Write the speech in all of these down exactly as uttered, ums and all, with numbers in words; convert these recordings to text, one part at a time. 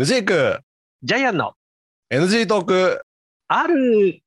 ヌジークジャイアンのエヌジー トークある。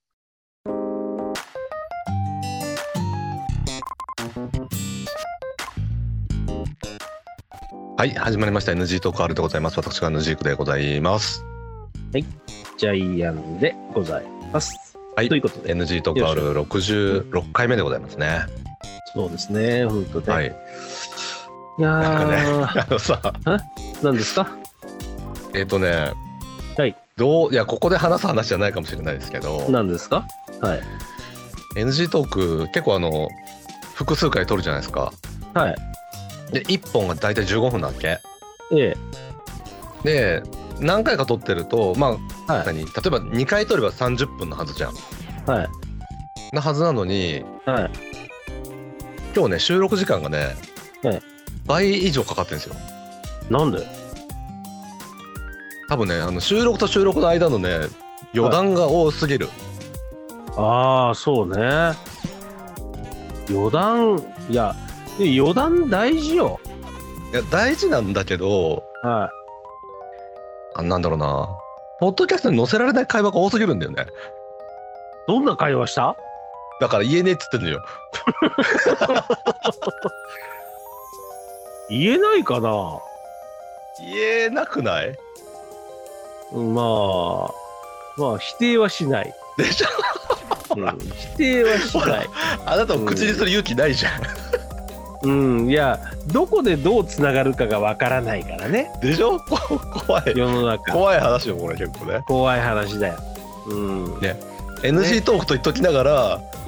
はい、始まりました エヌジー トークあるでございます。私がヌジークでございます。 はい、ジャイアンでございます。 はい、 ということでエヌジー トークあるろくじゅうろっかいめでございますね。 そうですね、本当ね。 はい。 いやー、 なんかね、あのさ、 何ですか？ えっとね、 はい。 どういやここで話す話じゃないかもしれないですけど、 何ですか？はい。 エヌジー トーク結構あの複数回撮るじゃないですか。 はい。 でいっぽんがだいたいじゅうごふんだっけ？ ええ。 で何回か撮ってるとまあ、 はい、 何例えばにかい撮ればさんじゅっぷんのはずじゃん。 はい。 なはずなのに、 はい。 今日ね収録時間がね、 はい、 倍以上かかってるんですよ。 なんで？ 多分ねあの収録と収録の間のね余談が多すぎる。 はい、ああそうね。余談いや余談大事よ。 いや大事なんだけど、 はい。 あなんだろうな、ポッドキャストに載せられない会話が多すぎるんだよね。 どんな会話した？ だから言えねえっつってんのよ。 言えないかな？ 言えなくない？ まあまあ否定はしないでしょ、 うん、否定はしない。 あなたも口にする勇気ないじゃん。 うん、うん、いやどこでどうつながるかがわからないからね。 でしょ、怖い世の中怖い話よこれ結構ね。 怖い話だよ。うんね、エヌジー トークと言っときながら、 うん、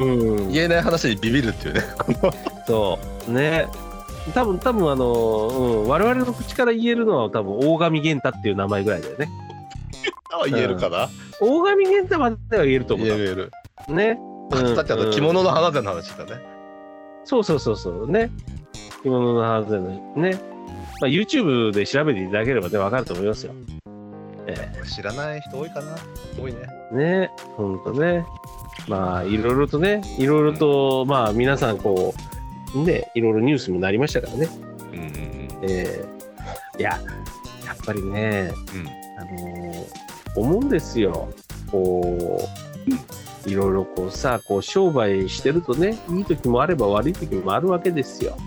言えない話にビビるっていうね。 そうね。多分多分あの、うん、我々の口から言えるのは多分大神源太っていう名前ぐらいだよね。 言えるかな、 うん、大神源太までは言えると思う。 言える言えるね。 うん、だってあの着物の花での話だね、うん、 そうそうそうそうね。着物の花でね。まあ、YouTube で調べていただければね分かると思いますよ。 えー、知らない人多いかな。多いね。 ね、ほんとね。まあいろいろとね、いろいろと、うん、まあ皆さんこうね、いろいろニュースになりましたからね。うんうんうん、えー、いややっぱりね、うん、あのー、思うんですよ。こういろいろこうさ、こう商売してるとね、いい時もあれば悪い時もあるわけですよ。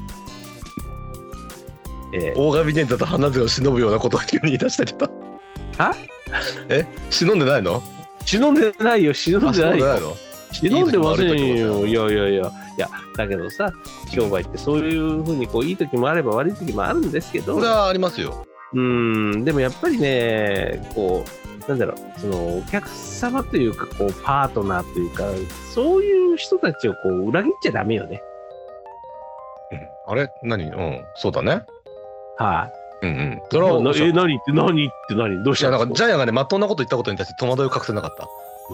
えー、大神源太と花勢を忍ぶようなことを急に言い出したけど。 は？ え、忍んでないの？ 忍んでないよ、忍んでないよ。忍んでませんよ。いやいやいや。いや、だけどさ、商売ってそういうふうにこういい時もあれば悪い時もあるんですけど。 それはありますよ。 うん、でもやっぱりね、こう、なんだろう、そのお客様というか、こう、パートナーというか、そういう人たちをこう裏切っちゃダメよね。 うん、あれ何？うん、そうだね。 はい、 うんうん。 それはえ何って何って何どうしたんですか？いやなんかジャイアンがねまっとうなこと言ったことに対して戸惑いを隠せなかった。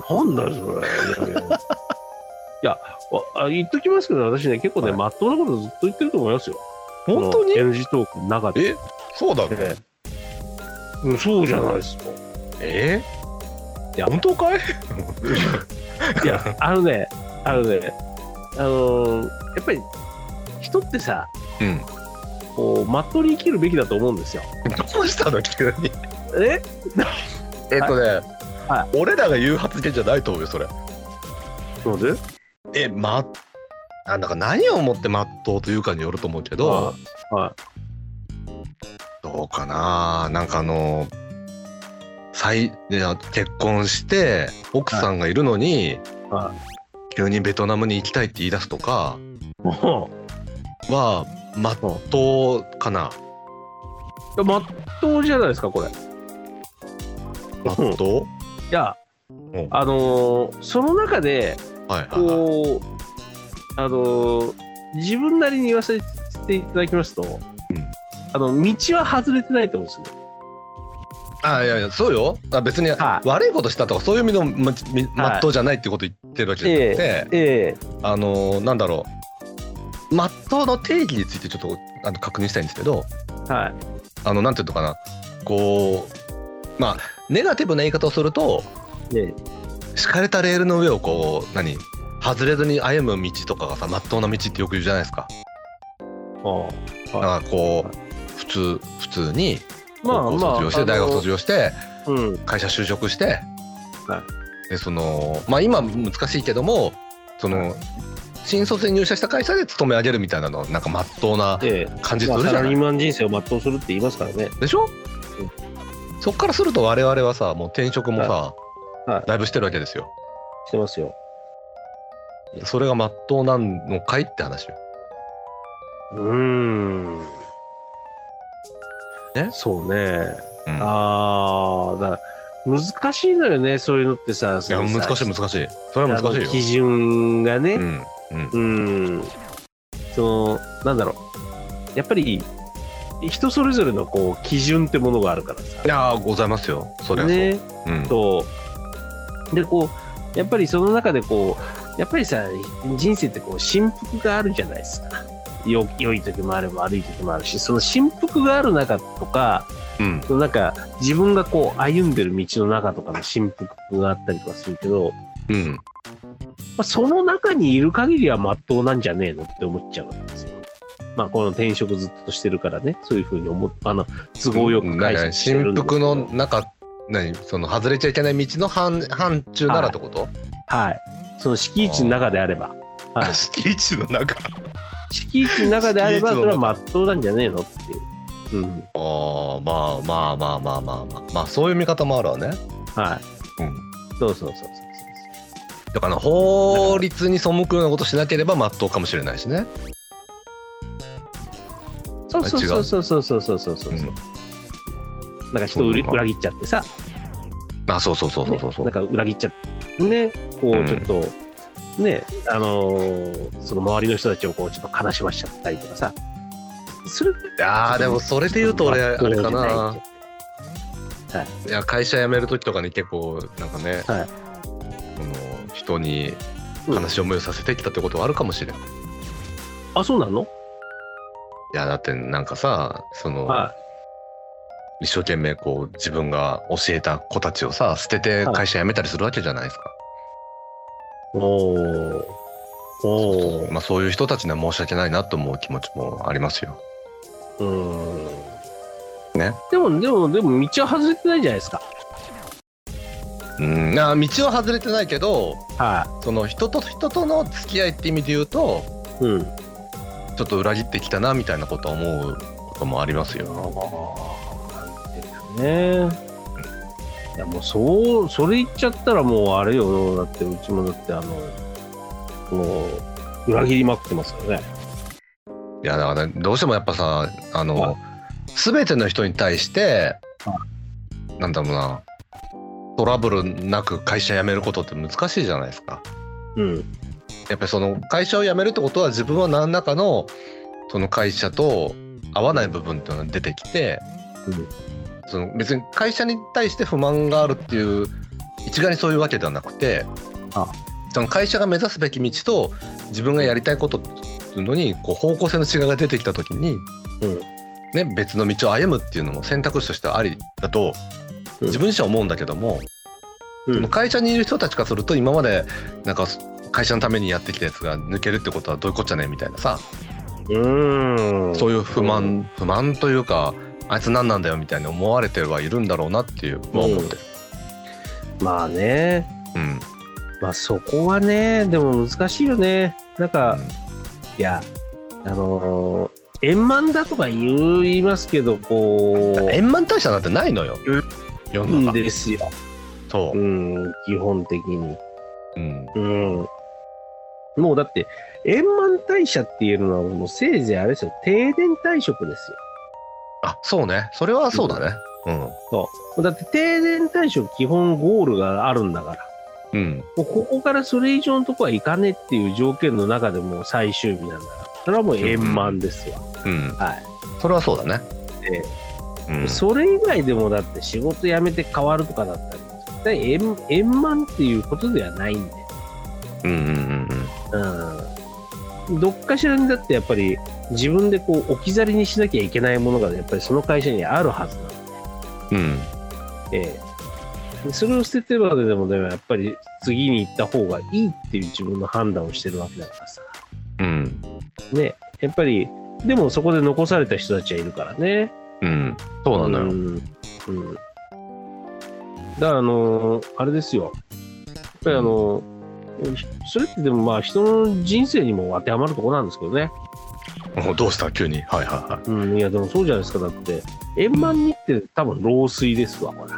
なんだよそれ。いやいや、いやあ言っときますけど、私ね結構ねま、はい、っとうなことずっと言ってると思いますよ。 本当にエヌジー トークの中で。 えそうだね、 ええ、うん、そうじゃないですか。 えー、いや本当かい？ いやあのねあのねあのー、やっぱり人ってさ、うん、こうまっとうに生きるべきだと思うんですよ。 どうしたの急に？ ええっとね、 はい、 俺らが言う発言じゃないと思うよそれ。 なんで？ えまなんだか何をもってまっとうというかによると思うけど、はいはい、どうかな、なんかあの再結婚って奥さんがいるのに、はいはい、急にベトナムに行きたいって言い出すとかはまっとうかな。 まっとうじゃないですかこれ。 まっとう？ いや、うん、あのー、その中でこう、はいはいはい、あのー、自分なりに言わせていただきますと、うん、あの道は外れてないと思うんですよ。 あいやいやそうよ。あ別に悪いことしたとかそういう意味のま、まっとうじゃないってこと言ってるわけじゃなくて、えーえー、あのー、なんだろう、まっとうの定義についてちょっとあの確認したいんですけど、はい、あのなんていうのかな、こうまあネガティブな言い方をすると、ね、敷かれたレールの上をこう何外れずに歩む道とかがさまっとうな道ってよく言うじゃないですか。ああ、だからこう、はい、普通普通に高校卒業して、大学卒業して、うん、会社就職して、はい、でそのまあ今難しいけどもその、はい、新卒で入社した会社で勤め上げるみたいなのなんか真っ当な感じするじゃない、ええ、まあ、サラリーマン人生を全うするって言いますからね。 でしょ、うん、そっからすると我々はさもう転職もさ、はいはい、だいぶしてるわけですよ。 してますよ。 それが真っ当なのかいって話よ。 うーんね、そうね、うん、ああだ難しいのよねそういうのってさ。 いや難しい難しいそれは難しいよ。 基準がね、うんうん、うんそのなんだろうやっぱり人それぞれのこう基準ってものがあるからさ。 いやございますよそれはそう、ねうん、 そうでこうやっぱりその中でこうやっぱりさ人生ってこう振幅があるじゃないですか。よ良い時もあれば悪い時もあるしその振幅がある中とか、うん、そのなんか自分がこう歩んでる道の中とかの振幅があったりとかするけど、うんまあ、その中にいる限りは真っ当なんじゃねえのって思っちゃうんですよ。まあこの転職ずっとしてるからねそういうふうに思っあの都合よく解釈してるんですけど、 振幅の中何その外れちゃいけない道の範範疇ならってこと？ はい、はい、その敷地の中であれば、 はい、敷地の中敷地の中であればそれは真っ当なんじゃねえのっていう、うん、 ああまあまあまあまあまあまあまあそういう見方もあるわね。 はい、うん、そうそうそうそうだから法律に背くようなことしなければ真っ当かもしれないしね。 そうそうそうそうそうそうそうそうそう、うん、なんか人を裏切っちゃってさあそうそうそうそうそう、 ね、なんか裏切っちゃってねこうちょっと、うんねあのー、その周りの人たちをこうちょっと悲しましちゃったりとかさそれいやでもそれで言うと俺あれかな、はい、いや会社辞める時とかに結構なんかね、はい、この人に悲しい思いをさせてきたってことはあるかもしれない、うん、 あそうなの？ いやだってなんかさその、はい、一生懸命こう自分が教えた子たちをさ捨てて会社辞めたりするわけじゃないですか、はいおお、まあそういう人たちには申し訳ないなと思う気持ちもありますよ。うーん。ね。 でもでもでも道は外れてないじゃないですか。 うん。な道は外れてないけど、はい。その人と人との付き合いって意味で言うと、うん。ちょっと裏切ってきたなみたいなことは思うこともありますよ。 ああ。ね。いやもうそうそれ言っちゃったらもうあれよだってうちもだってあのもう裏切りまくってますよね。 いやだから、ね、どうしてもやっぱさあの、はい、全ての人に対して、はい、なんだろうなトラブルなく会社辞めることって難しいじゃないですか。うん。やっぱりその会社を辞めるってことは自分は何らかのその会社と合わない部分っていうのが出てきて。うんその別に会社に対して不満があるっていう一概にそういうわけではなくてあその会社が目指すべき道と自分がやりたいことっていうのにこう方向性の違いが出てきた時に、うんね、別の道を歩むっていうのも選択肢としてはありだと自分自身は思うんだけども、うん、その会社にいる人たちからすると今までなんか会社のためにやってきたやつが抜けるってことはどういうこっちゃねみたいなさうーんそういう不満、うん、不満というかあいつ何なんだよみたいに思われてはいるんだろうなっていうのは思ってる、 うん、まあねうんまあそこはねでも難しいよねなんか、うん、いやあのー、円満だとか言いますけどこう円満退社なんてないのよ世の中ですよそう、うん、基本的にうん、うん、もうだって円満退社っていうのはもうせいぜいあれですよ定年退職ですよあそうねそれはそうだね、うん、 そうだって定年退職基本ゴールがあるんだから、うん、もうここからそれ以上のとこはいかねっていう条件の中でもう最終日なんだからそれはもう円満ですわ、うんうん、はいそれはそうだねで、うん、それ以外でもだって仕事辞めて変わるとかだったら円, 円満っていうことではないんでうんうんうんうん、どっかしらにだってやっぱり自分でこう置き去りにしなきゃいけないものがやっぱりその会社にあるはずなので、うんええ、それを捨ててるわけでもでもやっぱり次に行った方がいいっていう自分の判断をしてるわけだからさ、うんね、やっぱりでもそこで残された人たちはいるからね、 うん、そうなのよ。うん。うん、 だからあのー、あれですよ。やっぱりあのー、それってでもまあ人の人生にも当てはまるところなんですけどね。 どうした急に。はいはいはい。 うん、いやでもそうじゃないですか。だって円満にって多分老衰ですわ、ほら。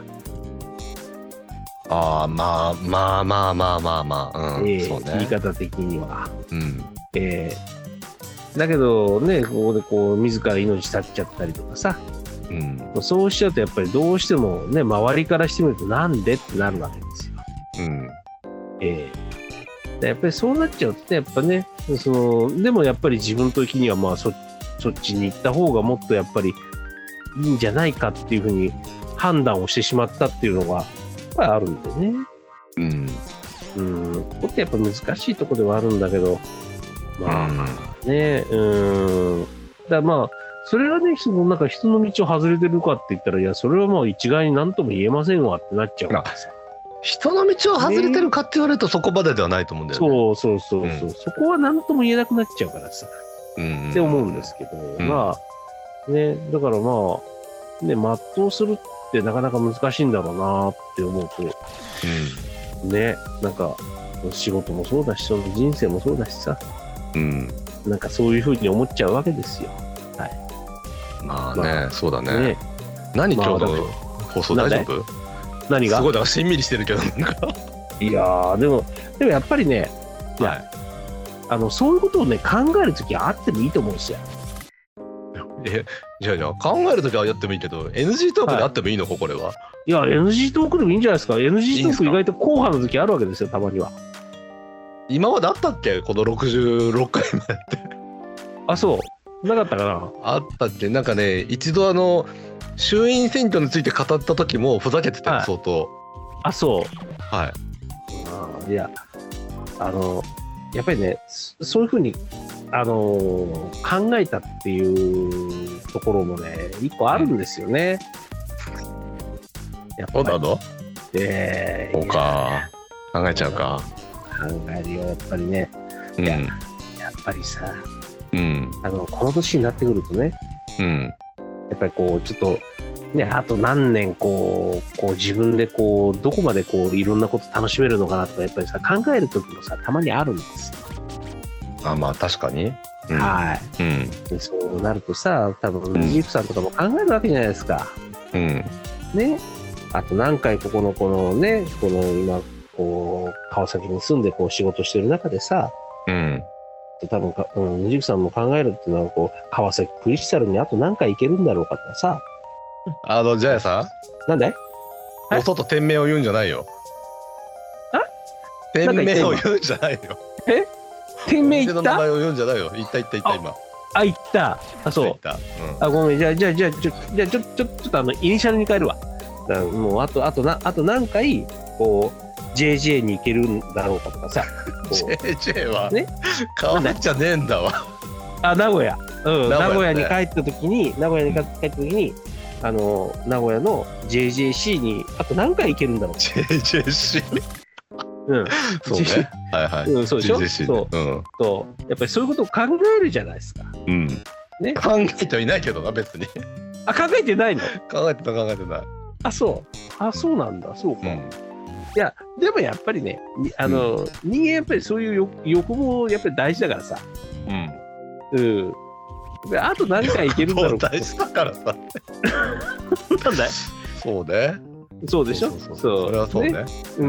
ああ、まあまあまあまあまあまあ、うん、 えー、 そうね、 言い方的には。 うん。 えー、だけどね、ここでこう自ら命絶っちゃったりとかさ、うん、そうしちゃうとやっぱりどうしてもね、周りからしてみるとなんでってなるわけですよ。うん。えー、やっぱりそうなっちゃうとね、やっぱね、そのでもやっぱり自分的にはまあ そ, そっちに行った方がもっとやっぱりいいんじゃないかっていうふうに判断をしてしまったっていうのがやっぱりあるんでね。うん。うん。ここってやっぱ難しいところではあるんだけど、まあ、うん、ね、うん。だからまあ、それがね、そのなんか人の道を外れてるかって言ったら、いや、それはもう一概に何とも言えませんわってなっちゃうからさ。 人の道を外れてるかって言われるとそこまでではないと思うんだよね。 そうそうそうそう、うん、そこは何とも言えなくなっちゃうからさ、うん、って思うんですけど、うん、まあね、だからまあね、全うするってなかなか難しいんだろうなって思うと、うん、ね、なんか仕事もそうだし、その人生もそうだしさ、うん、なんかそういうふうに思っちゃうわけですよ。はい。 まあね、まあ、そうだね。ね、何今日の放送大丈夫？ 何が？ すごいだからしんみりしてるけどなんかいやーでもでもやっぱりね、いや、はい、あのそういうことをね考えるときはあってもいいと思うんですよ。 え、じゃあじゃあ考えるときはやってもいいけど エヌジー トークであってもいいのか、はい、これは。 いや エヌジー トークでもいいんじゃないですか。 エヌジー トーク意外と硬派な時あるわけですよ、たまには。 今まであったっけこのろくじゅうろっかいまでって。 あ、そうなかったかな。 あったっけ。なんかね、一度あの衆院選挙について語った時もふざけてたよ、はい、相当。 あ、そう。 はい。 あ、いや、あのやっぱりね、そういうふうにあの考えたっていうところもね一個あるんですよね。 やっぱり。そうなの？ えー、そうか。考えちゃうか。 考えるよ、やっぱりね。いや、うん、やっぱりさ、うん、あのこの年になってくるとね、うん、やっぱりこうちょっとね、あと何年こうこう自分でこうどこまでこういろんなこと楽しめるのかなとかやっぱりさ考える時もさたまにあるんですよ。 あ、まあ確かに、 うん、はい、うん、でそうなるとさ、多分ジープさんとかも考えるわけじゃないですか。うん、ね、あと何回ここのこのねこの今こう川崎に住んでこう仕事してる中でさ、うん、多分か、うん、ジープさんも考えるっていうのはこう川崎クリスタルにあと何回行けるんだろうかとかさ。 あの、ジャイさん、 なんでお外店名を言うんじゃないよ。 あ、 店名を言うんじゃないよ。 え、店名言った？ 店の名前を言うんじゃないよ。言った言った言った今。 あ、言った。あ、そう。言った、うん、あ、ごめん。じゃあじゃあじゃあちょじゃあちょちょちょっとあのイニシャルに変えるわ。だからもうあとあとなあと何回こう ジェージェー に行けるんだろうかとかさ。 ジェージェー はね、川崎じゃねえんだわ。 あ、名古屋。うん。名古屋に帰った時に名古屋に帰った時に。あの名古屋の ジェージェーシー にあと何回行けるんだろう。 ジェージェーシーうん、 そうね、はいはい、 うん、そうでしょ。 ジェージェーシーそう、うん、そうやっぱりそういうことを考えるじゃないですか、うんね、 考えてはいないけどな別に。 あ、考えてないの？ 考えてない考えてない。 あ、そうあ、そうなんだ、そうか、うん、いやでもやっぱりね、あの、うん、人間やっぱりそういう欲望やっぱり大事だからさ、うん、うん、あと何回いけるんだろう。 大事だからさ。 なんだい。 そうね。 そうでしょ。そうそうそうそう。それはそうね。ね、うん。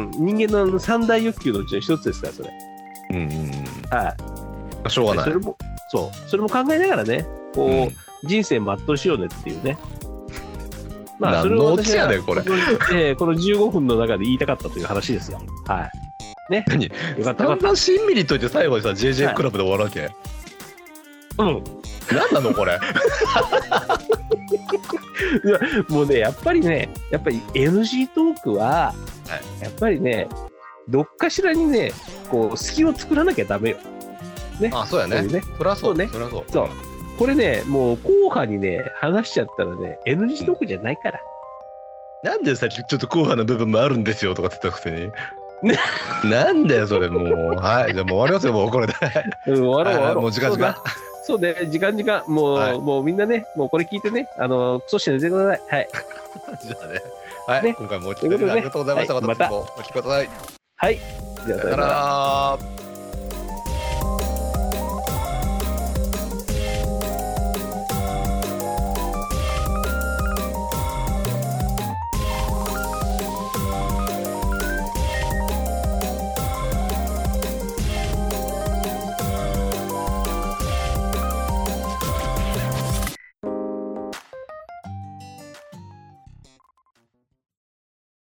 人間の三大欲求のうちの一つですからそれ。うんうんうん。はい。 しょうがない。 それもそう。それも考えながらね、こう、うん、人生全うしようねっていうね。 まあそれを私は、ね、これ、 えー、このじゅうごふんの中で言いたかったという話ですよ。はい。ね。 何？よかった。だんだんしんみりといて最後にさ ジェージェー クラブで終わるわけ。はい、うん、何なのこれ。 いやもうねやっぱりねやっぱり エヌジー トークは、はい、やっぱりねどっかしらにねこう隙を作らなきゃダメよ。 ね、あ、そうやね。ね、そりゃそうね。そりゃそう。 そう。これねもう硬派にね話しちゃったらね エヌジー トークじゃないから。 うん、なんでさっきちょっと硬派な部分もあるんですよとかって言ったくせに。ね、なんだよそれもう。はい、じゃあもう終わりますよもうこれで。 うん、終わろう終わろう。 もう時間時間。 そうね、時間時間、もう、はい、もうみんなね、もうこれ聞いてね、あの、クソして寝てください。はい。 じゃあね、はい、ね、今回もお聞きください、ね、ありがとうございました。はい、またお聞きください。 はい。じゃあ、さよなら。